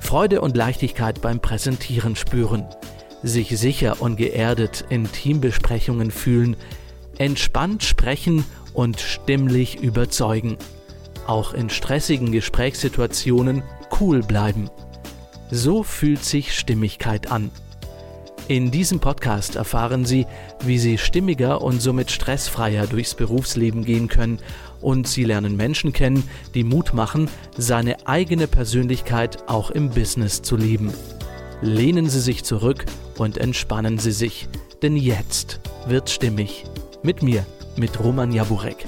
Freude und Leichtigkeit beim Präsentieren spüren, sich sicher und geerdet in Teambesprechungen fühlen, entspannt sprechen und stimmlich überzeugen. Auch in stressigen Gesprächssituationen cool bleiben. So fühlt sich Stimmigkeit an. In diesem Podcast erfahren Sie, wie Sie stimmiger und somit stressfreier durchs Berufsleben gehen können, und Sie lernen Menschen kennen, die Mut machen, seine eigene Persönlichkeit auch im Business zu leben. Lehnen Sie sich zurück und entspannen Sie sich, denn jetzt wird stimmig. Mit mir, mit Roman Jaburek.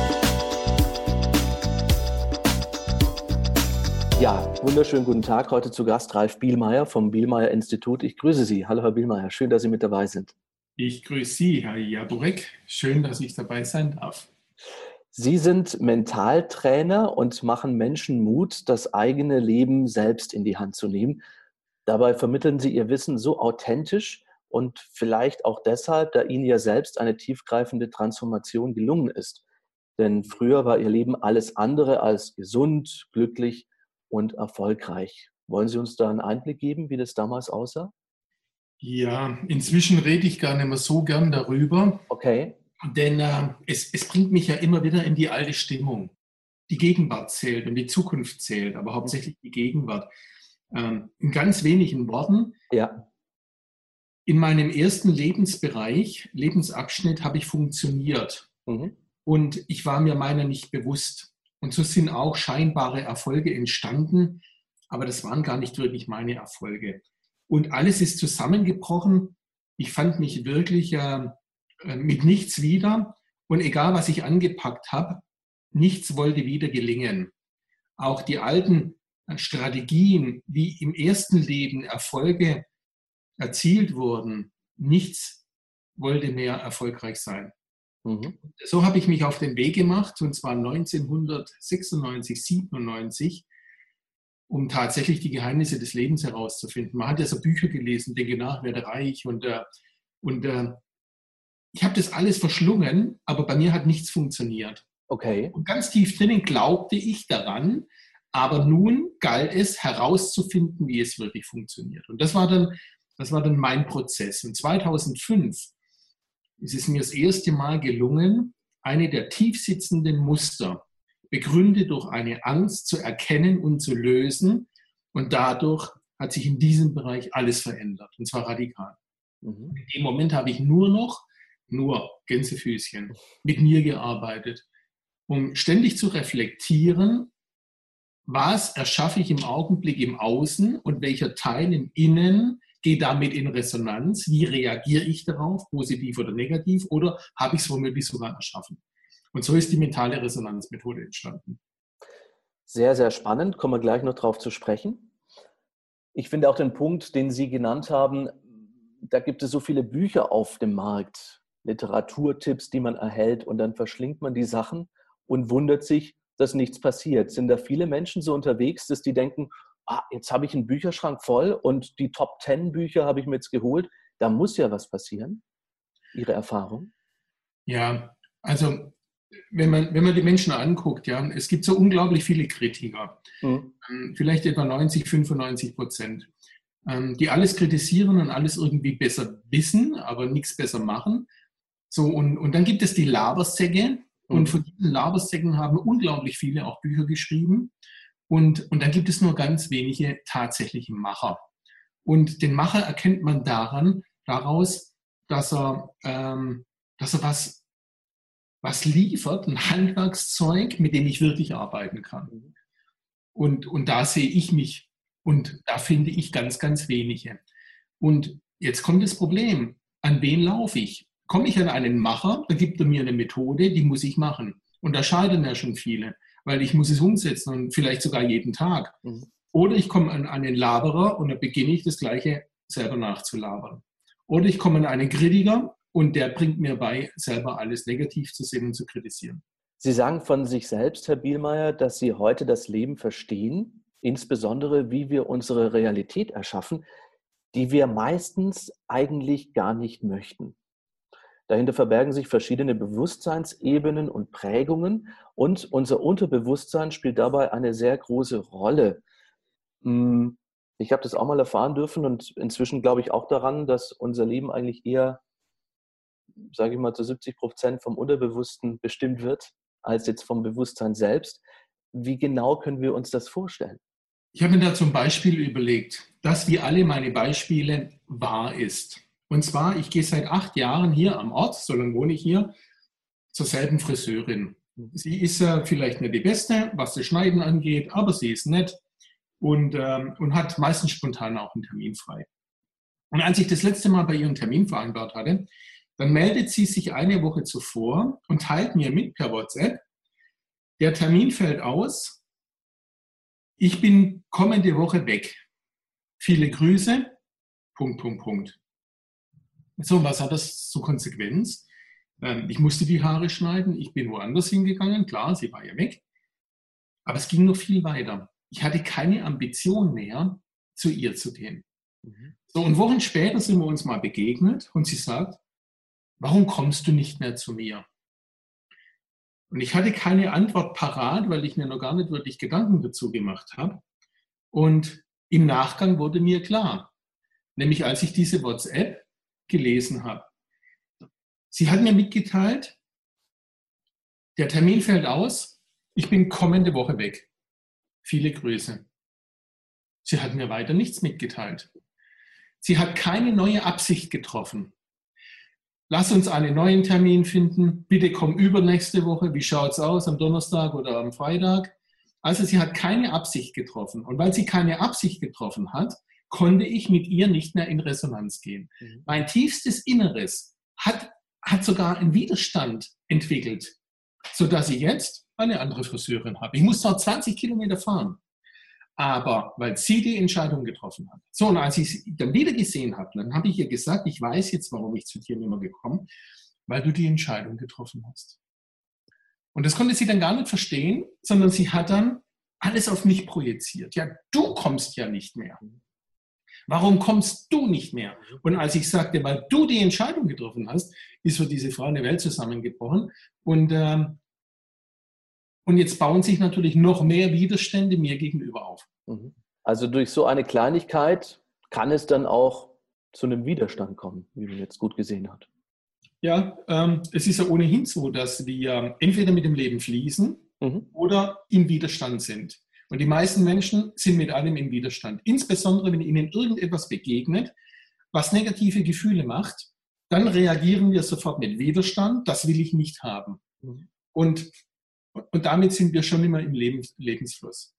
Ja, wunderschönen guten Tag. Heute zu Gast Ralf Bielmeier vom Bielmeier Institut. Ich grüße Sie. Hallo, Herr Bielmeier. Schön, dass Sie mit dabei sind. Ich grüße Sie, Herr Jaburek. Schön, dass ich dabei sein darf. Sie sind Mentaltrainer und machen Menschen Mut, das eigene Leben selbst in die Hand zu nehmen. Dabei vermitteln Sie Ihr Wissen so authentisch und vielleicht auch deshalb, da Ihnen ja selbst eine tiefgreifende Transformation gelungen ist. Denn früher war Ihr Leben alles andere als gesund, glücklich und erfolgreich. Wollen Sie uns da einen Einblick geben, wie das damals aussah? Ja, inzwischen rede ich gar nicht mehr so gern darüber. Okay. Denn es bringt mich ja immer wieder in die alte Stimmung. Die Gegenwart zählt und die Zukunft zählt, aber hauptsächlich die Gegenwart. In ganz wenigen Worten. Ja. In meinem ersten Lebensabschnitt habe ich funktioniert. Mhm. Und ich war mir meiner nicht bewusst. Und so sind auch scheinbare Erfolge entstanden, aber das waren gar nicht wirklich meine Erfolge. Und alles ist zusammengebrochen. Ich fand mich wirklich mit nichts wieder. Und egal, was ich angepackt habe, nichts wollte wieder gelingen. Auch die alten Strategien, wie im ersten Leben Erfolge erzielt wurden, nichts wollte mehr erfolgreich sein. Mhm. So habe ich mich auf den Weg gemacht, und zwar 1996, 97, um tatsächlich die Geheimnisse des Lebens herauszufinden. Man hat ja so Bücher gelesen, Denke nach, werde reich, und ich habe das alles verschlungen, aber bei mir hat nichts funktioniert. Okay. Und ganz tief drinnen glaubte ich daran, aber nun galt es herauszufinden, wie es wirklich funktioniert. Und das war dann mein Prozess. Und 2005 ist es mir das erste Mal gelungen, eine der tiefsitzenden Muster, begründet durch eine Angst, zu erkennen und zu lösen. Und dadurch hat sich in diesem Bereich alles verändert, und zwar radikal. Mhm. In dem Moment habe ich nur Gänsefüßchen, mit mir gearbeitet, um ständig zu reflektieren, was erschaffe ich im Augenblick im Außen und welcher Teil im Innen geht damit in Resonanz, wie reagiere ich darauf, positiv oder negativ, oder habe ich es womöglich sogar erschaffen. Und so ist die mentale Resonanzmethode entstanden. Sehr, sehr spannend. Kommen wir gleich noch drauf zu sprechen. Ich finde auch den Punkt, den Sie genannt haben, da gibt es so viele Bücher auf dem Markt, Literaturtipps, die man erhält, und dann verschlingt man die Sachen und wundert sich, dass nichts passiert. Sind da viele Menschen so unterwegs, dass die denken, jetzt habe ich einen Bücherschrank voll und die Top 10 Bücher habe ich mir jetzt geholt, da muss ja was passieren? Ihre Erfahrung? Ja, also wenn man die Menschen anguckt, ja, es gibt so unglaublich viele Kritiker, vielleicht etwa 95%, die alles kritisieren und alles irgendwie besser wissen, aber nichts besser machen. So, und dann gibt es die Labersäcke, und von diesen Labersäcken haben unglaublich viele auch Bücher geschrieben. Und dann gibt es nur ganz wenige tatsächliche Macher. Und den Macher erkennt man daraus, dass er was liefert, ein Handwerkszeug, mit dem ich wirklich arbeiten kann. Und da sehe ich mich, und da finde ich ganz, ganz wenige. Und jetzt kommt das Problem. An wen laufe ich? Komme ich an einen Macher, da gibt er mir eine Methode, die muss ich machen. Und da scheitern ja schon viele, weil ich muss es umsetzen, und vielleicht sogar jeden Tag. Oder ich komme an einen Laberer, und dann beginne ich das Gleiche selber nachzulabern. Oder ich komme an einen Kritiker, und der bringt mir bei, selber alles negativ zu sehen und zu kritisieren. Sie sagen von sich selbst, Herr Bielmeier, dass Sie heute das Leben verstehen, insbesondere wie wir unsere Realität erschaffen, die wir meistens eigentlich gar nicht möchten. Dahinter verbergen sich verschiedene Bewusstseinsebenen und Prägungen, und unser Unterbewusstsein spielt dabei eine sehr große Rolle. Ich habe das auch mal erfahren dürfen und inzwischen glaube ich auch daran, dass unser Leben eigentlich eher, sage ich mal, zu 70% vom Unterbewussten bestimmt wird, als jetzt vom Bewusstsein selbst. Wie genau können wir uns das vorstellen? Ich habe mir da zum Beispiel überlegt, dass wie alle meine Beispiele wahr ist. Und zwar, ich gehe seit 8 Jahren hier am Ort, so lange wohne ich hier, zur selben Friseurin. Sie ist vielleicht nicht die Beste, was das Schneiden angeht, aber sie ist nett und hat meistens spontan auch einen Termin frei. Und als ich das letzte Mal bei ihr einen Termin vereinbart hatte, dann meldet sie sich eine Woche zuvor und teilt mir mit per WhatsApp, der Termin fällt aus, ich bin kommende Woche weg. Viele Grüße, Punkt, Punkt, Punkt. So, was hat das zur Konsequenz? Ich musste die Haare schneiden, ich bin woanders hingegangen, klar, sie war ja weg, aber es ging noch viel weiter. Ich hatte keine Ambition mehr, zu ihr zu gehen. So, und Wochen später sind wir uns mal begegnet und sie sagt, warum kommst du nicht mehr zu mir? Und ich hatte keine Antwort parat, weil ich mir noch gar nicht wirklich Gedanken dazu gemacht habe. Und im Nachgang wurde mir klar, nämlich als ich diese WhatsApp gelesen habe. Sie hat mir mitgeteilt, der Termin fällt aus, ich bin kommende Woche weg. Viele Grüße. Sie hat mir weiter nichts mitgeteilt. Sie hat keine neue Absicht getroffen. Lass uns einen neuen Termin finden. Bitte komm übernächste Woche. Wie schaut es aus, am Donnerstag oder am Freitag? Also sie hat keine Absicht getroffen. Und weil sie keine Absicht getroffen hat, konnte ich mit ihr nicht mehr in Resonanz gehen. Mein tiefstes Inneres hat sogar einen Widerstand entwickelt, sodass ich jetzt eine andere Friseurin habe. Ich muss zwar 20 Kilometer fahren, aber weil sie die Entscheidung getroffen hat. So, und als ich sie dann wieder gesehen habe, dann habe ich ihr gesagt, ich weiß jetzt, warum ich zu dir nicht mehr gekommen, weil du die Entscheidung getroffen hast. Und das konnte sie dann gar nicht verstehen, sondern sie hat dann alles auf mich projiziert. Ja, du kommst ja nicht mehr. Warum kommst du nicht mehr? Und als ich sagte, weil du die Entscheidung getroffen hast, ist für diese Frau eine Welt zusammengebrochen. Und jetzt bauen sich natürlich noch mehr Widerstände mir gegenüber auf. Also durch so eine Kleinigkeit kann es dann auch zu einem Widerstand kommen, wie man jetzt gut gesehen hat. Ja, es ist ja ohnehin so, dass wir entweder mit dem Leben fließen oder im Widerstand sind. Und die meisten Menschen sind mit allem im Widerstand. Insbesondere, wenn ihnen irgendetwas begegnet, was negative Gefühle macht, dann reagieren wir sofort mit Widerstand. Das will ich nicht haben. Und damit sind wir schon immer im Lebensfluss.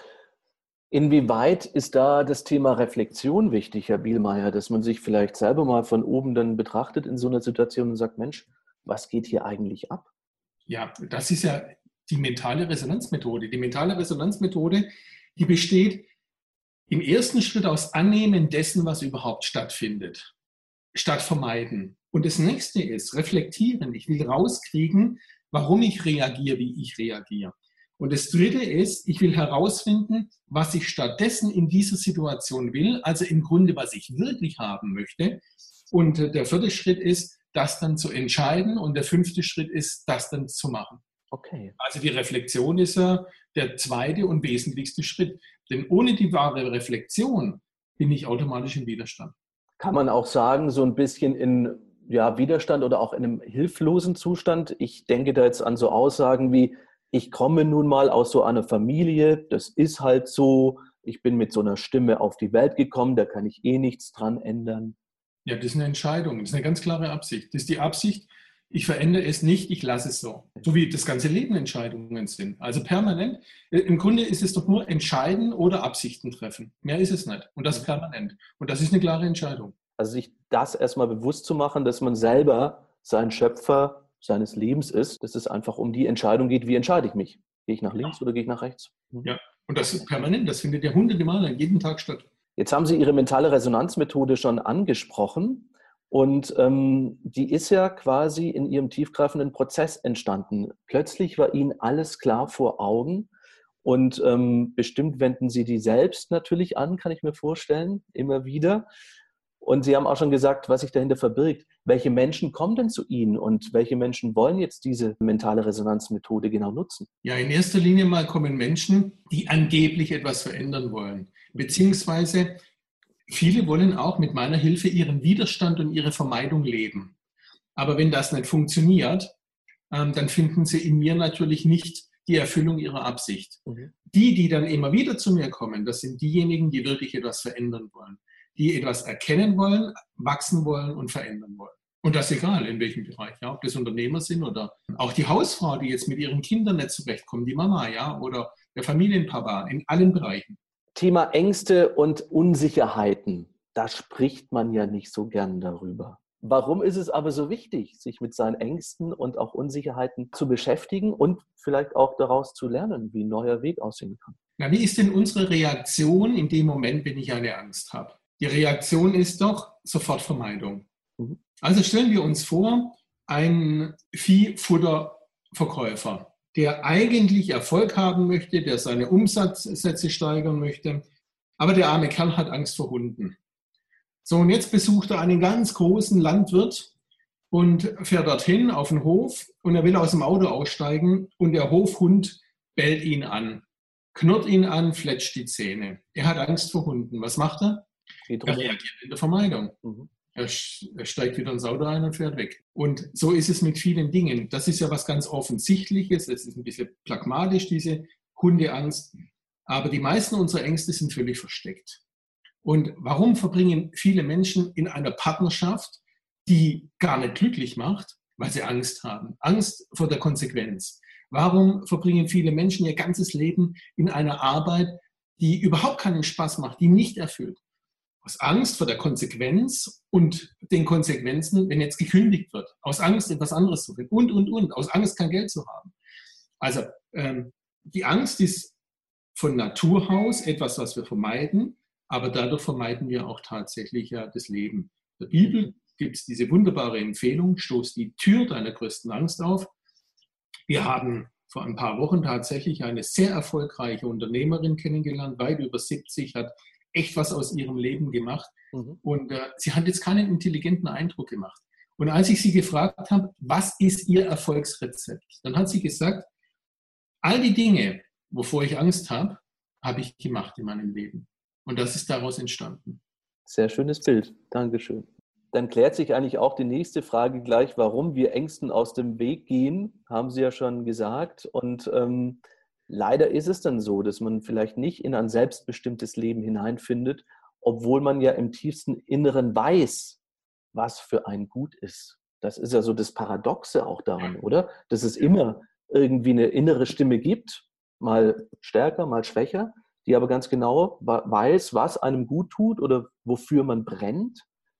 Inwieweit ist da das Thema Reflexion wichtig, Herr Bielmeier, dass man sich vielleicht selber mal von oben dann betrachtet in so einer Situation und sagt, Mensch, was geht hier eigentlich ab? Ja, das ist ja die mentale Resonanzmethode. Die mentale Resonanzmethode, die besteht im ersten Schritt aus Annehmen dessen, was überhaupt stattfindet, statt vermeiden. Und das nächste ist reflektieren. Ich will rauskriegen, warum ich reagiere, wie ich reagiere. Und das dritte ist, ich will herausfinden, was ich stattdessen in dieser Situation will, also im Grunde, was ich wirklich haben möchte. Und der vierte Schritt ist, das dann zu entscheiden. Und der fünfte Schritt ist, das dann zu machen. Okay. Also die Reflexion ist ja der zweite und wesentlichste Schritt. Denn ohne die wahre Reflexion bin ich automatisch im Widerstand. Kann man auch sagen, so ein bisschen in Widerstand oder auch in einem hilflosen Zustand? Ich denke da jetzt an so Aussagen wie, ich komme nun mal aus so einer Familie, das ist halt so, ich bin mit so einer Stimme auf die Welt gekommen, da kann ich eh nichts dran ändern. Ja, das ist eine Entscheidung, das ist eine ganz klare Absicht. Das ist die Absicht, ich verändere es nicht, ich lasse es so. So wie das ganze Leben Entscheidungen sind. Also permanent. Im Grunde ist es doch nur entscheiden oder Absichten treffen. Mehr ist es nicht. Und das permanent. Und das ist eine klare Entscheidung. Also sich das erstmal bewusst zu machen, dass man selber sein Schöpfer seines Lebens ist, dass es einfach um die Entscheidung geht, wie entscheide ich mich? Gehe ich nach links oder gehe ich nach rechts? Ja, und das ist permanent. Das findet ja hunderte Male jeden Tag statt. Jetzt haben Sie Ihre mentale Resonanzmethode schon angesprochen. Und die ist ja quasi in Ihrem tiefgreifenden Prozess entstanden. Plötzlich war Ihnen alles klar vor Augen und bestimmt wenden Sie die selbst natürlich an, kann ich mir vorstellen, immer wieder. Und Sie haben auch schon gesagt, was sich dahinter verbirgt. Welche Menschen kommen denn zu Ihnen und welche Menschen wollen jetzt diese mentale Resonanzmethode genau nutzen? Ja, in erster Linie mal kommen Menschen, die angeblich etwas verändern wollen. Beziehungsweise viele wollen auch mit meiner Hilfe ihren Widerstand und ihre Vermeidung leben. Aber wenn das nicht funktioniert, dann finden sie in mir natürlich nicht die Erfüllung ihrer Absicht. Die dann immer wieder zu mir kommen, das sind diejenigen, die wirklich etwas verändern wollen, die etwas erkennen wollen, wachsen wollen und verändern wollen. Und das egal, in welchem Bereich, ja, ob das Unternehmer sind oder auch die Hausfrau, die jetzt mit ihren Kindern nicht zurechtkommt, die Mama, ja, oder der Familienpapa, in allen Bereichen. Thema Ängste und Unsicherheiten, da spricht man ja nicht so gern darüber. Warum ist es aber so wichtig, sich mit seinen Ängsten und auch Unsicherheiten zu beschäftigen und vielleicht auch daraus zu lernen, wie ein neuer Weg aussehen kann? Na, wie ist denn unsere Reaktion in dem Moment, wenn ich eine Angst habe? Die Reaktion ist doch sofort Vermeidung. Also stellen wir uns vor, ein Viehfutterverkäufer, der eigentlich Erfolg haben möchte, der seine Umsatzsätze steigern möchte, aber der arme Kerl hat Angst vor Hunden. So, und jetzt besucht er einen ganz großen Landwirt und fährt dorthin auf den Hof und er will aus dem Auto aussteigen und der Hofhund bellt ihn an, knurrt ihn an, fletscht die Zähne. Er hat Angst vor Hunden. Was macht er? Er reagiert in der Vermeidung. Er steigt wieder ins Auto ein und fährt weg. Und so ist es mit vielen Dingen. Das ist ja was ganz Offensichtliches. Es ist ein bisschen pragmatisch, diese Hundeangst. Aber die meisten unserer Ängste sind völlig versteckt. Und warum verbringen viele Menschen in einer Partnerschaft, die gar nicht glücklich macht? Weil sie Angst haben. Angst vor der Konsequenz. Warum verbringen viele Menschen ihr ganzes Leben in einer Arbeit, die überhaupt keinen Spaß macht, die nicht erfüllt? Aus Angst vor der Konsequenz und den Konsequenzen, wenn jetzt gekündigt wird. Aus Angst, etwas anderes zu finden. Und. Aus Angst, kein Geld zu haben. Also die Angst ist von Natur aus etwas, was wir vermeiden. Aber dadurch vermeiden wir auch tatsächlich ja das Leben. In der Bibel gibt es diese wunderbare Empfehlung, stoß die Tür deiner größten Angst auf. Wir haben vor ein paar Wochen tatsächlich eine sehr erfolgreiche Unternehmerin kennengelernt, weit über 70, hat echt was aus ihrem Leben gemacht. Und sie hat jetzt keinen intelligenten Eindruck gemacht. Und als ich sie gefragt habe, was ist ihr Erfolgsrezept, dann hat sie gesagt, all die Dinge, wovor ich Angst habe, habe ich gemacht in meinem Leben. Und das ist daraus entstanden. Sehr schönes Bild. Dankeschön. Dann klärt sich eigentlich auch die nächste Frage gleich, warum wir Ängsten aus dem Weg gehen, haben Sie ja schon gesagt. Und leider ist es dann so, dass man vielleicht nicht in ein selbstbestimmtes Leben hineinfindet, obwohl man ja im tiefsten Inneren weiß, was für einen gut ist. Das ist ja so das Paradoxe auch daran, oder? Dass es immer irgendwie eine innere Stimme gibt, mal stärker, mal schwächer, die aber ganz genau weiß, was einem gut tut oder wofür man brennt,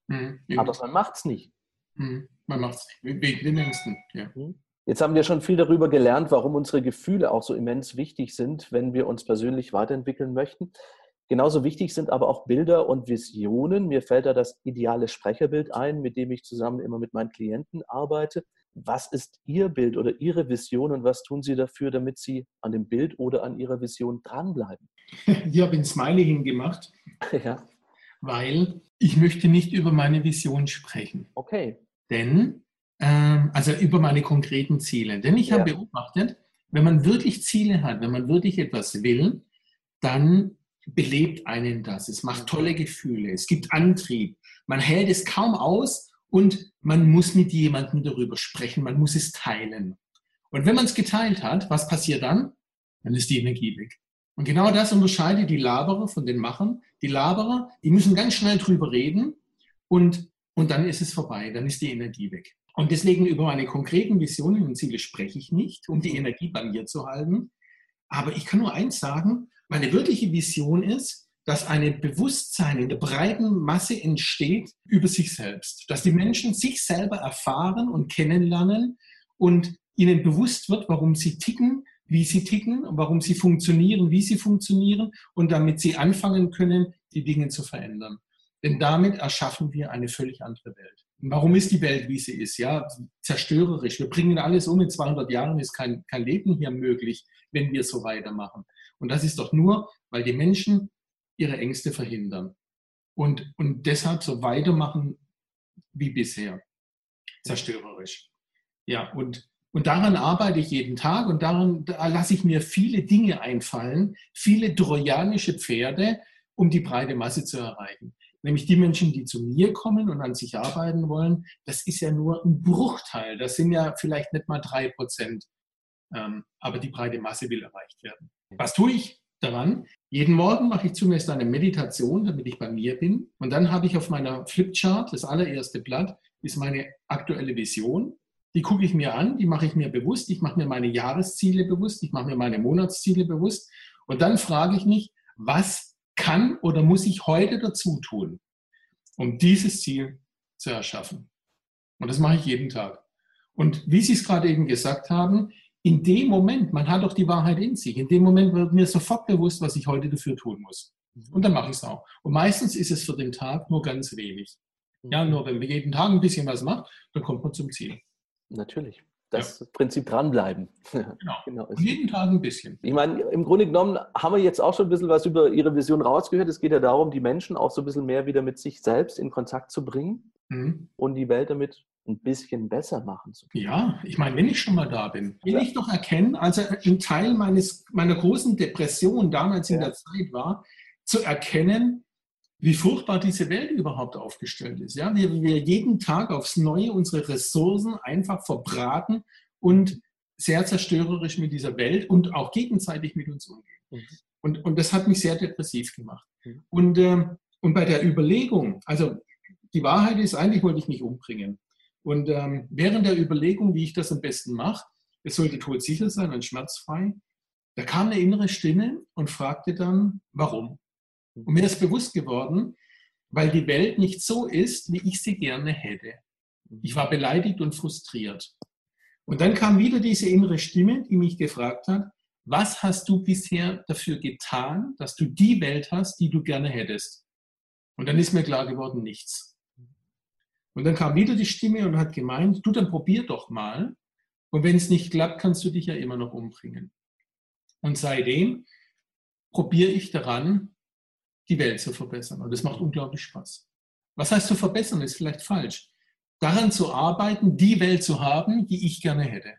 aber man macht es nicht. Man macht es nicht, wegen den Ängsten. Ja. Jetzt haben wir schon viel darüber gelernt, warum unsere Gefühle auch so immens wichtig sind, wenn wir uns persönlich weiterentwickeln möchten. Genauso wichtig sind aber auch Bilder und Visionen. Mir fällt da das ideale Sprecherbild ein, mit dem ich zusammen immer mit meinen Klienten arbeite. Was ist Ihr Bild oder Ihre Vision und was tun Sie dafür, damit Sie an dem Bild oder an Ihrer Vision dranbleiben? Ich habe ein Smiley hingemacht, Ja. weil ich möchte nicht über meine Vision sprechen. Okay. Denn, also über meine konkreten Ziele. Denn ich habe beobachtet, wenn man wirklich Ziele hat, wenn man wirklich etwas will, dann belebt einen das. Es macht tolle Gefühle, es gibt Antrieb. Man hält es kaum aus und man muss mit jemandem darüber sprechen, man muss es teilen. Und wenn man es geteilt hat, was passiert dann? Dann ist die Energie weg. Und genau das unterscheidet die Laberer von den Machern. Die Laberer, die müssen ganz schnell drüber reden und dann ist es vorbei, dann ist die Energie weg. Und deswegen über meine konkreten Visionen und Ziele spreche ich nicht, um die Energie bei mir zu halten. Aber ich kann nur eins sagen, meine wirkliche Vision ist, dass ein Bewusstsein in der breiten Masse entsteht über sich selbst. Dass die Menschen sich selber erfahren und kennenlernen und ihnen bewusst wird, warum sie ticken, wie sie ticken, warum sie funktionieren, wie sie funktionieren und damit sie anfangen können, die Dinge zu verändern. Denn damit erschaffen wir eine völlig andere Welt. Und warum ist die Welt, wie sie ist? Ja, zerstörerisch. Wir bringen alles um. In 200 Jahren ist kein Leben hier möglich, wenn wir so weitermachen. Und das ist doch nur, weil die Menschen ihre Ängste verhindern. Und deshalb so weitermachen wie bisher. Zerstörerisch. Ja, und daran arbeite ich jeden Tag und da lasse ich mir viele Dinge einfallen, viele trojanische Pferde, um die breite Masse zu erreichen. Nämlich die Menschen, die zu mir kommen und an sich arbeiten wollen, das ist ja nur ein Bruchteil. Das sind ja vielleicht nicht mal 3%. Aber die breite Masse will erreicht werden. Was tue ich daran? Jeden Morgen mache ich zunächst eine Meditation, damit ich bei mir bin. Und dann habe ich auf meiner Flipchart, das allererste Blatt, ist meine aktuelle Vision. Die gucke ich mir an, die mache ich mir bewusst. Ich mache mir meine Jahresziele bewusst, ich mache mir meine Monatsziele bewusst. Und dann frage ich mich, was kann oder muss ich heute dazu tun, um dieses Ziel zu erschaffen? Und das mache ich jeden Tag. Und wie Sie es gerade eben gesagt haben, in dem Moment, man hat doch die Wahrheit in sich, in dem Moment wird mir sofort bewusst, was ich heute dafür tun muss. Und dann mache ich es auch. Und meistens ist es für den Tag nur ganz wenig. Ja, nur wenn man jeden Tag ein bisschen was macht, dann kommt man zum Ziel. Natürlich. Das Prinzip dranbleiben. Genau. Und jeden Tag ein bisschen. Ich meine, im Grunde genommen haben wir jetzt auch schon ein bisschen was über Ihre Vision rausgehört. Es geht ja darum, die Menschen auch so ein bisschen mehr wieder mit sich selbst in Kontakt zu bringen und die Welt damit ein bisschen besser machen zu können. Ja, ich meine, wenn ich schon mal da bin, will ich doch erkennen, also ein Teil meiner großen Depression damals in der Zeit war, zu erkennen, wie furchtbar diese Welt überhaupt aufgestellt ist. Ja, wir jeden Tag aufs Neue unsere Ressourcen einfach verbraten und sehr zerstörerisch mit dieser Welt und auch gegenseitig mit uns umgehen. Und das hat mich sehr depressiv gemacht. Und bei der Überlegung, also die Wahrheit ist, eigentlich wollte ich mich umbringen. Und während der Überlegung, wie ich das am besten mache, es sollte todsicher sein und schmerzfrei, da kam eine innere Stimme und fragte dann, warum? Und mir ist bewusst geworden, weil die Welt nicht so ist, wie ich sie gerne hätte. Ich war beleidigt und frustriert. Und dann kam wieder diese innere Stimme, die mich gefragt hat, was hast du bisher dafür getan, dass du die Welt hast, die du gerne hättest? Und dann ist mir klar geworden, nichts. Und dann kam wieder die Stimme und hat gemeint, du, dann probier doch mal. Und wenn es nicht klappt, kannst du dich ja immer noch umbringen. Und seitdem probiere ich daran, die Welt zu verbessern. Und das macht unglaublich Spaß. Was heißt zu verbessern, ist vielleicht falsch. Daran zu arbeiten, die Welt zu haben, die ich gerne hätte.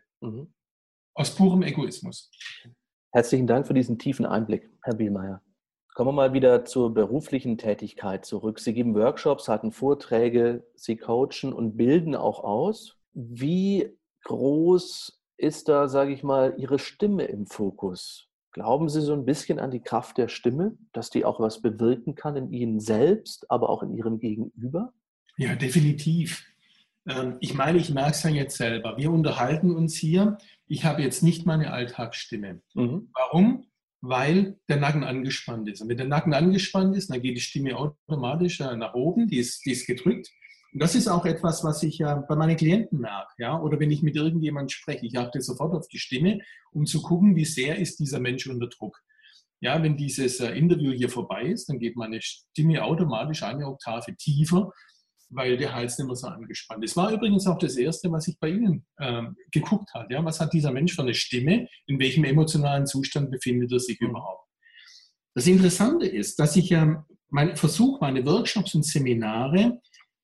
Aus purem Egoismus. Herzlichen Dank für diesen tiefen Einblick, Herr Bielmeier. Kommen wir mal wieder zur beruflichen Tätigkeit zurück. Sie geben Workshops, halten Vorträge, Sie coachen und bilden auch aus. Wie groß ist da, sage ich mal, Ihre Stimme im Fokus? Glauben Sie so ein bisschen an die Kraft der Stimme, dass die auch was bewirken kann in Ihnen selbst, aber auch in Ihrem Gegenüber? Ja, definitiv. Ich meine, ich merke es ja jetzt selber. Wir unterhalten uns hier. Ich habe jetzt nicht meine Alltagsstimme. Warum? Weil der Nacken angespannt ist. Und wenn der Nacken angespannt ist, dann geht die Stimme automatisch nach oben, die ist gedrückt. Und das ist auch etwas, was ich bei meinen Klienten merke. Ja? Oder wenn ich mit irgendjemandem spreche, ich achte sofort auf die Stimme, um zu gucken, wie sehr ist dieser Mensch unter Druck. Ja, wenn dieses Interview hier vorbei ist, dann geht meine Stimme automatisch eine Oktave tiefer, weil der Hals nicht mehr so angespannt ist. Das war übrigens auch das Erste, was ich bei Ihnen geguckt habe. Ja? Was hat dieser Mensch für eine Stimme? In welchem emotionalen Zustand befindet er sich überhaupt? Das Interessante ist, dass ich versuche, meine Workshops und Seminare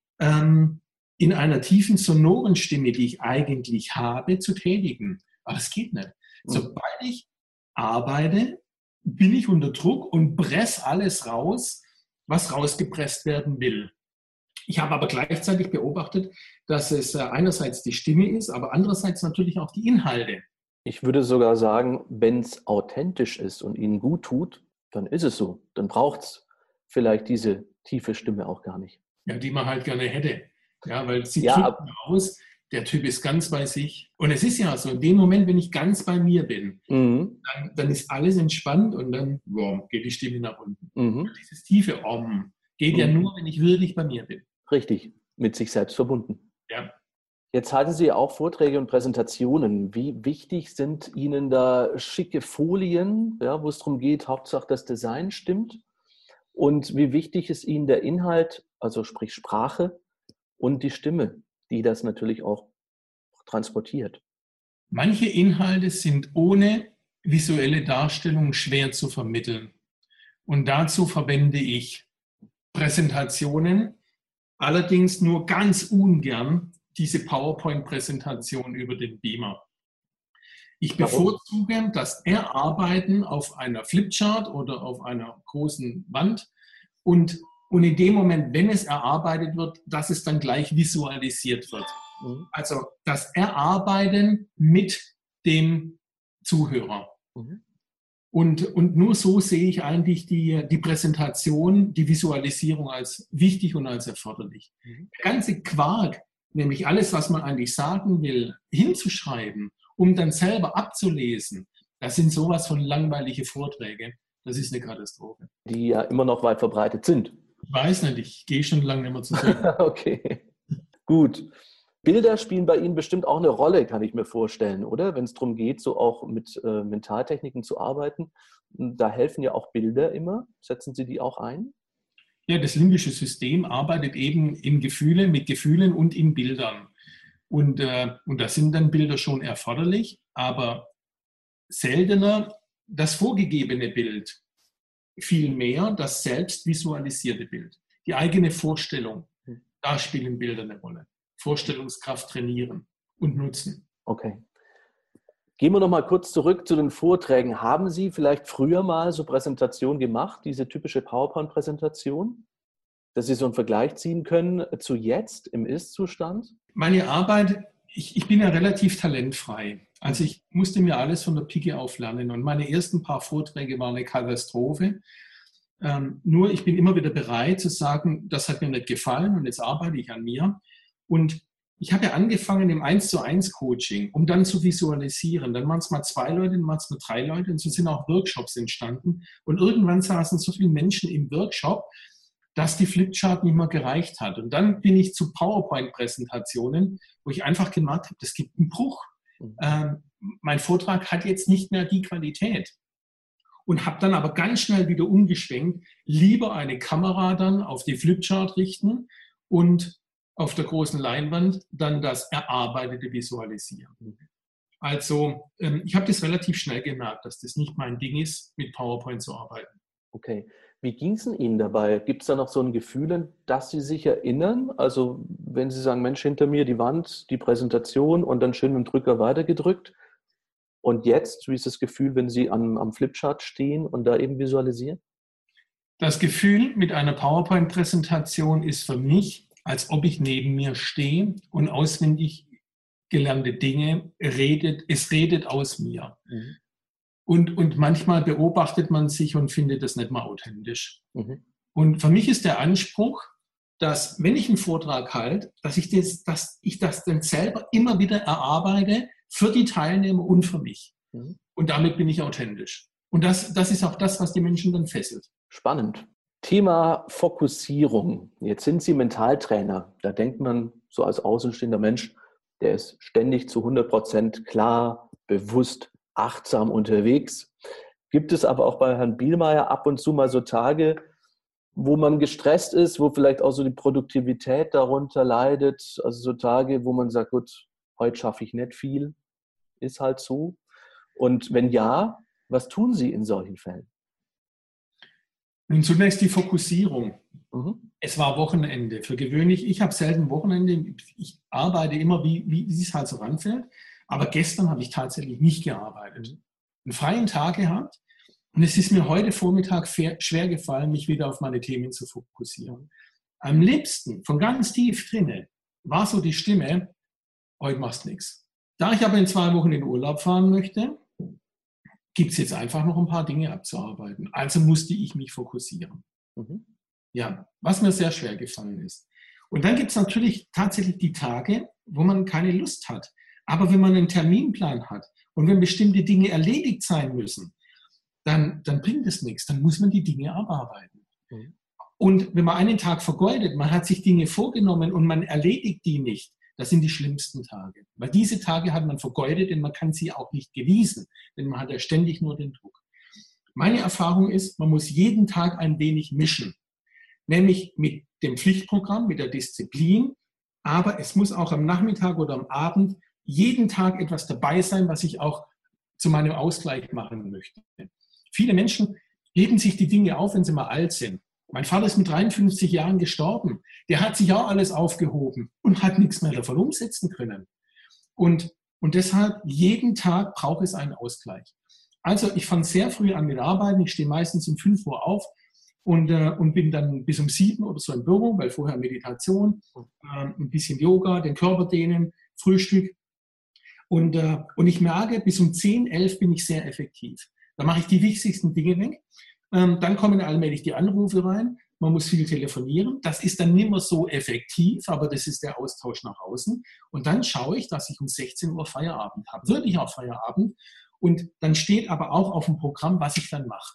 in einer tiefen, sonoren Stimme, die ich eigentlich habe, zu tätigen. Aber es geht nicht. Sobald ich arbeite, bin ich unter Druck und presse alles raus, was rausgepresst werden will. Ich habe aber gleichzeitig beobachtet, dass es einerseits die Stimme ist, aber andererseits natürlich auch die Inhalte. Ich würde sogar sagen, wenn es authentisch ist und Ihnen gut tut, dann ist es so. Dann braucht es vielleicht diese tiefe Stimme auch gar nicht. Ja, die man halt gerne hätte. Ja, weil sie drückt aus, der Typ ist ganz bei sich. Und es ist ja so, in dem Moment, wenn ich ganz bei mir bin, dann ist alles entspannt und dann geht die Stimme nach unten. Dieses tiefe geht ja nur, wenn ich wirklich bei mir bin. Richtig, mit sich selbst verbunden. Ja. Jetzt halten Sie auch Vorträge und Präsentationen. Wie wichtig sind Ihnen da schicke Folien, wo es darum geht, Hauptsache das Design stimmt? Und wie wichtig ist Ihnen der Inhalt, also sprich Sprache und die Stimme, die das natürlich auch transportiert? Manche Inhalte sind ohne visuelle Darstellung schwer zu vermitteln. Und dazu verwende ich Präsentationen, allerdings nur ganz ungern diese PowerPoint-Präsentation über den Beamer. Ich bevorzuge das Erarbeiten auf einer Flipchart oder auf einer großen Wand und in dem Moment, wenn es erarbeitet wird, dass es dann gleich visualisiert wird. Mhm. Also das Erarbeiten mit dem Zuhörer. Mhm. Und nur so sehe ich eigentlich die Präsentation, die Visualisierung als wichtig und als erforderlich. Mhm. Der ganze Quark, nämlich alles, was man eigentlich sagen will, hinzuschreiben, um dann selber abzulesen, das sind sowas von langweilige Vorträge. Das ist eine Katastrophe. Die ja immer noch weit verbreitet sind. Ich weiß nicht, ich gehe schon lange nicht mehr zu sehen. Okay, gut. Bilder spielen bei Ihnen bestimmt auch eine Rolle, kann ich mir vorstellen, oder? Wenn es darum geht, so auch mit Mentaltechniken zu arbeiten. Da helfen ja auch Bilder immer. Setzen Sie die auch ein? Ja, das limbische System arbeitet eben in Gefühlen, mit Gefühlen und in Bildern. Und da sind dann Bilder schon erforderlich, aber seltener das vorgegebene Bild, vielmehr das selbst visualisierte Bild. Die eigene Vorstellung, da spielen Bilder eine Rolle. Vorstellungskraft trainieren und nutzen. Okay. Gehen wir noch mal kurz zurück zu den Vorträgen. Haben Sie vielleicht früher mal so Präsentationen gemacht, diese typische PowerPoint-Präsentation, dass Sie so einen Vergleich ziehen können zu jetzt im Ist-Zustand? Meine Arbeit, ich bin ja relativ talentfrei. Also ich musste mir alles von der Pike auf lernen und meine ersten paar Vorträge waren eine Katastrophe. Nur ich bin immer wieder bereit zu sagen, das hat mir nicht gefallen und jetzt arbeite ich an mir. Und ich habe ja angefangen im 1:1 Coaching, um dann zu visualisieren. Dann waren es mal 2 Leute, dann waren es mal 3 Leute und so sind auch Workshops entstanden. Und irgendwann saßen so viele Menschen im Workshop, dass die Flipchart nicht mehr gereicht hat. Und dann bin ich zu PowerPoint-Präsentationen, wo ich einfach gemerkt habe, das gibt einen Bruch. Mein Vortrag hat jetzt nicht mehr die Qualität. Und habe dann aber ganz schnell wieder umgeschwenkt, lieber eine Kamera dann auf die Flipchart richten und auf der großen Leinwand dann das erarbeitete Visualisieren. Also ich habe das relativ schnell gemerkt, dass das nicht mein Ding ist, mit PowerPoint zu arbeiten. Okay. Wie ging es Ihnen dabei? Gibt es da noch so ein Gefühl, an das Sie sich erinnern? Also wenn Sie sagen, Mensch, hinter mir die Wand, die Präsentation und dann schön mit dem Drücker weitergedrückt. Und jetzt, wie ist das Gefühl, wenn Sie am Flipchart stehen und da eben visualisieren? Das Gefühl mit einer PowerPoint-Präsentation ist für mich, als ob ich neben mir stehe und auswendig gelernte Dinge redet aus mir. Mhm. Und manchmal beobachtet man sich und findet das nicht mal authentisch. Mhm. Und für mich ist der Anspruch, dass, wenn ich einen Vortrag halte, dass ich das dann selber immer wieder erarbeite für die Teilnehmer und für mich. Mhm. Und damit bin ich authentisch. Und das ist auch das, was die Menschen dann fesselt. Spannend. Thema Fokussierung. Jetzt sind Sie Mentaltrainer. Da denkt man so als außenstehender Mensch, der ist ständig zu 100% klar, bewusst, achtsam unterwegs. Gibt es aber auch bei Herrn Bielmeier ab und zu mal so Tage, wo man gestresst ist, wo vielleicht auch so die Produktivität darunter leidet? Also so Tage, wo man sagt, gut, heute schaffe ich nicht viel, ist halt so. Und wenn ja, was tun Sie in solchen Fällen? Nun zunächst die Fokussierung. Mhm. Es war Wochenende. Für gewöhnlich, ich habe selten Wochenende. Ich arbeite immer, wie es halt so ranfällt. Aber gestern habe ich tatsächlich nicht gearbeitet. Einen freien Tag gehabt. Und es ist mir heute Vormittag schwer gefallen, mich wieder auf meine Themen zu fokussieren. Am liebsten, von ganz tief drinnen, war so die Stimme, heute machst du nichts. Da ich aber in 2 Wochen in den Urlaub fahren möchte, gibt es jetzt einfach noch ein paar Dinge abzuarbeiten. Also musste ich mich fokussieren. Mhm. Ja, was mir sehr schwer gefallen ist. Und dann gibt es natürlich tatsächlich die Tage, wo man keine Lust hat. Aber wenn man einen Terminplan hat und wenn bestimmte Dinge erledigt sein müssen, dann bringt es nichts. Dann muss man die Dinge abarbeiten. Mhm. Und wenn man einen Tag vergeudet, man hat sich Dinge vorgenommen und man erledigt die nicht, das sind die schlimmsten Tage. Weil diese Tage hat man vergeudet und man kann sie auch nicht genießen, denn man hat ja ständig nur den Druck. Meine Erfahrung ist, man muss jeden Tag ein wenig mischen. Nämlich mit dem Pflichtprogramm, mit der Disziplin, aber es muss auch am Nachmittag oder am Abend jeden Tag etwas dabei sein, was ich auch zu meinem Ausgleich machen möchte. Viele Menschen heben sich die Dinge auf, wenn sie mal alt sind. Mein Vater ist mit 53 Jahren gestorben. Der hat sich auch alles aufgehoben und hat nichts mehr davon umsetzen können. Und deshalb, jeden Tag braucht es einen Ausgleich. Also ich fange sehr früh an mit Arbeiten. Ich stehe meistens um 5 Uhr auf. und bin dann bis um 7 oder so im Büro, weil vorher Meditation, ein bisschen Yoga, den Körper dehnen, Frühstück. Und ich merke, bis um 10, 11 bin ich sehr effektiv. Da mache ich die wichtigsten Dinge weg. Dann kommen allmählich die Anrufe rein. Man muss viel telefonieren. Das ist dann nicht mehr so effektiv, aber das ist der Austausch nach außen. Und dann schaue ich, dass ich um 16 Uhr Feierabend habe. Wirklich auch Feierabend. Und dann steht aber auch auf dem Programm, was ich dann mache.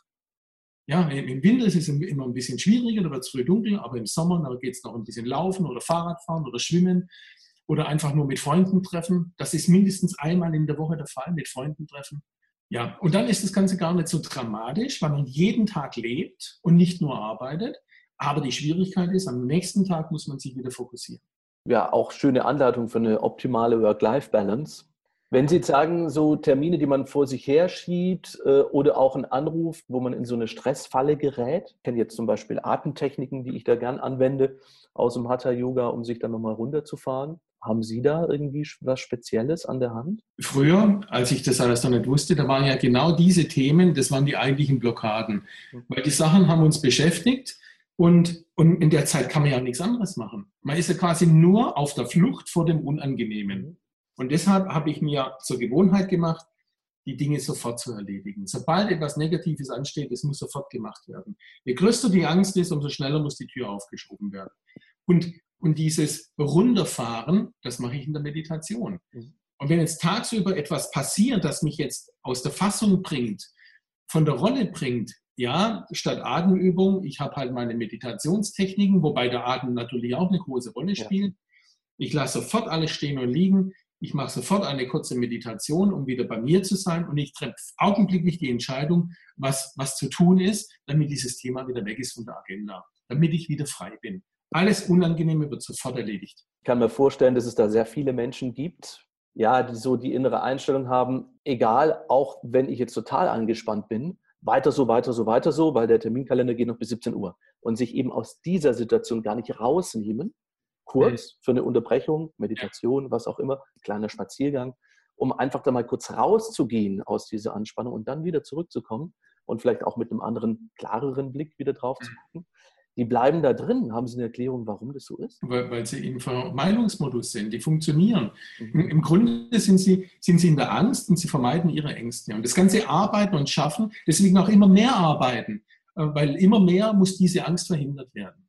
Ja, im Winter ist es immer ein bisschen schwieriger, da wird es früh dunkel, aber im Sommer, da geht es noch ein bisschen laufen oder Fahrradfahren oder schwimmen oder einfach nur mit Freunden treffen. Das ist mindestens einmal in der Woche der Fall, mit Freunden treffen. Ja, und dann ist das Ganze gar nicht so dramatisch, weil man jeden Tag lebt und nicht nur arbeitet. Aber die Schwierigkeit ist, am nächsten Tag muss man sich wieder fokussieren. Ja, auch schöne Anleitung für eine optimale Work-Life-Balance. Wenn Sie sagen, so Termine, die man vor sich herschiebt oder auch ein Anruf, wo man in so eine Stressfalle gerät, ich kenne jetzt zum Beispiel Atemtechniken, die ich da gern anwende aus dem Hatha-Yoga, um sich dann nochmal runterzufahren. Haben Sie da irgendwie was Spezielles an der Hand? Früher, als ich das alles noch nicht wusste, da waren ja genau diese Themen, das waren die eigentlichen Blockaden. Weil die Sachen haben uns beschäftigt und in der Zeit kann man ja nichts anderes machen. Man ist ja quasi nur auf der Flucht vor dem Unangenehmen. Und deshalb habe ich mir zur Gewohnheit gemacht, die Dinge sofort zu erledigen. Sobald etwas Negatives ansteht, es muss sofort gemacht werden. Je größer die Angst ist, umso schneller muss die Tür aufgeschoben werden. Und dieses Runterfahren, das mache ich in der Meditation. Und wenn jetzt tagsüber etwas passiert, das mich jetzt aus der Fassung bringt, von der Rolle bringt, ja, statt Atemübung, ich habe halt meine Meditationstechniken, wobei der Atem natürlich auch eine große Rolle spielt. Ja. Ich lasse sofort alles stehen und liegen. Ich mache sofort eine kurze Meditation, um wieder bei mir zu sein. Und ich treffe augenblicklich die Entscheidung, was zu tun ist, damit dieses Thema wieder weg ist von der Agenda, damit ich wieder frei bin. Alles Unangenehme wird sofort erledigt. Ich kann mir vorstellen, dass es da sehr viele Menschen gibt, ja, die so die innere Einstellung haben, egal, auch wenn ich jetzt total angespannt bin, weiter so, weil der Terminkalender geht noch bis 17 Uhr. Und sich eben aus dieser Situation gar nicht rausnehmen, kurz für eine Unterbrechung, Meditation, was auch immer, kleiner Spaziergang, um einfach da mal kurz rauszugehen aus dieser Anspannung und dann wieder zurückzukommen und vielleicht auch mit einem anderen, klareren Blick wieder drauf zu gucken. Die bleiben da drin. Haben Sie eine Erklärung, warum das so ist? Weil sie im Vermeidungsmodus sind. Die funktionieren. Im Grunde sind sie in der Angst und sie vermeiden ihre Ängste. Und das ganze Arbeiten und Schaffen, deswegen auch immer mehr arbeiten, weil immer mehr muss diese Angst verhindert werden.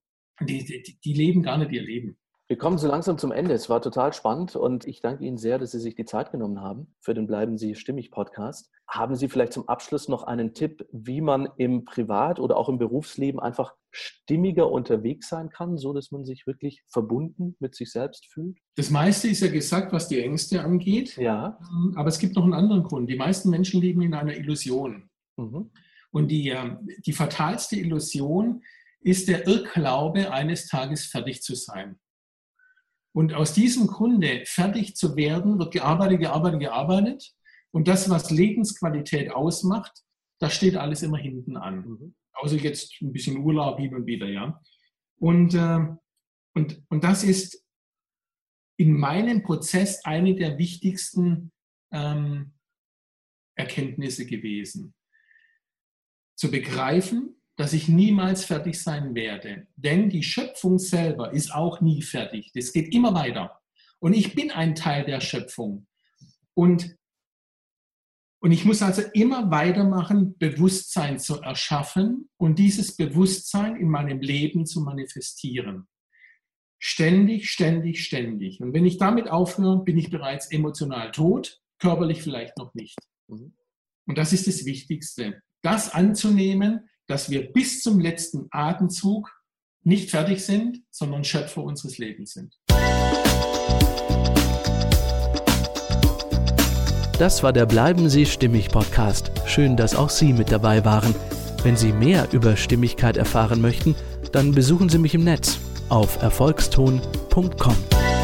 Die leben gar nicht ihr Leben. Wir kommen so langsam zum Ende. Es war total spannend und ich danke Ihnen sehr, dass Sie sich die Zeit genommen haben für den Bleiben Sie stimmig Podcast. Haben Sie vielleicht zum Abschluss noch einen Tipp, wie man im Privat- oder auch im Berufsleben einfach stimmiger unterwegs sein kann, so dass man sich wirklich verbunden mit sich selbst fühlt? Das meiste ist ja gesagt, was die Ängste angeht. Ja. Aber es gibt noch einen anderen Grund. Die meisten Menschen leben in einer Illusion. Und die fatalste Illusion ist der Irrglaube, eines Tages fertig zu sein. Und aus diesem Grunde, fertig zu werden, wird gearbeitet. Und das, was Lebensqualität ausmacht, das steht alles immer hinten an. Außer jetzt ein bisschen Urlaub hin und wieder, ja. Und das ist in meinem Prozess eine der wichtigsten Erkenntnisse gewesen. Zu begreifen, dass ich niemals fertig sein werde. Denn die Schöpfung selber ist auch nie fertig. Das geht immer weiter. Und ich bin ein Teil der Schöpfung. Und ich muss also immer weitermachen, Bewusstsein zu erschaffen und dieses Bewusstsein in meinem Leben zu manifestieren. Ständig. Und wenn ich damit aufhöre, bin ich bereits emotional tot, körperlich vielleicht noch nicht. Und das ist das Wichtigste. Das anzunehmen, dass wir bis zum letzten Atemzug nicht fertig sind, sondern Schöpfer unseres Lebens sind. Das war der Bleiben Sie stimmig Podcast. Schön, dass auch Sie mit dabei waren. Wenn Sie mehr über Stimmigkeit erfahren möchten, dann besuchen Sie mich im Netz auf erfolgston.com.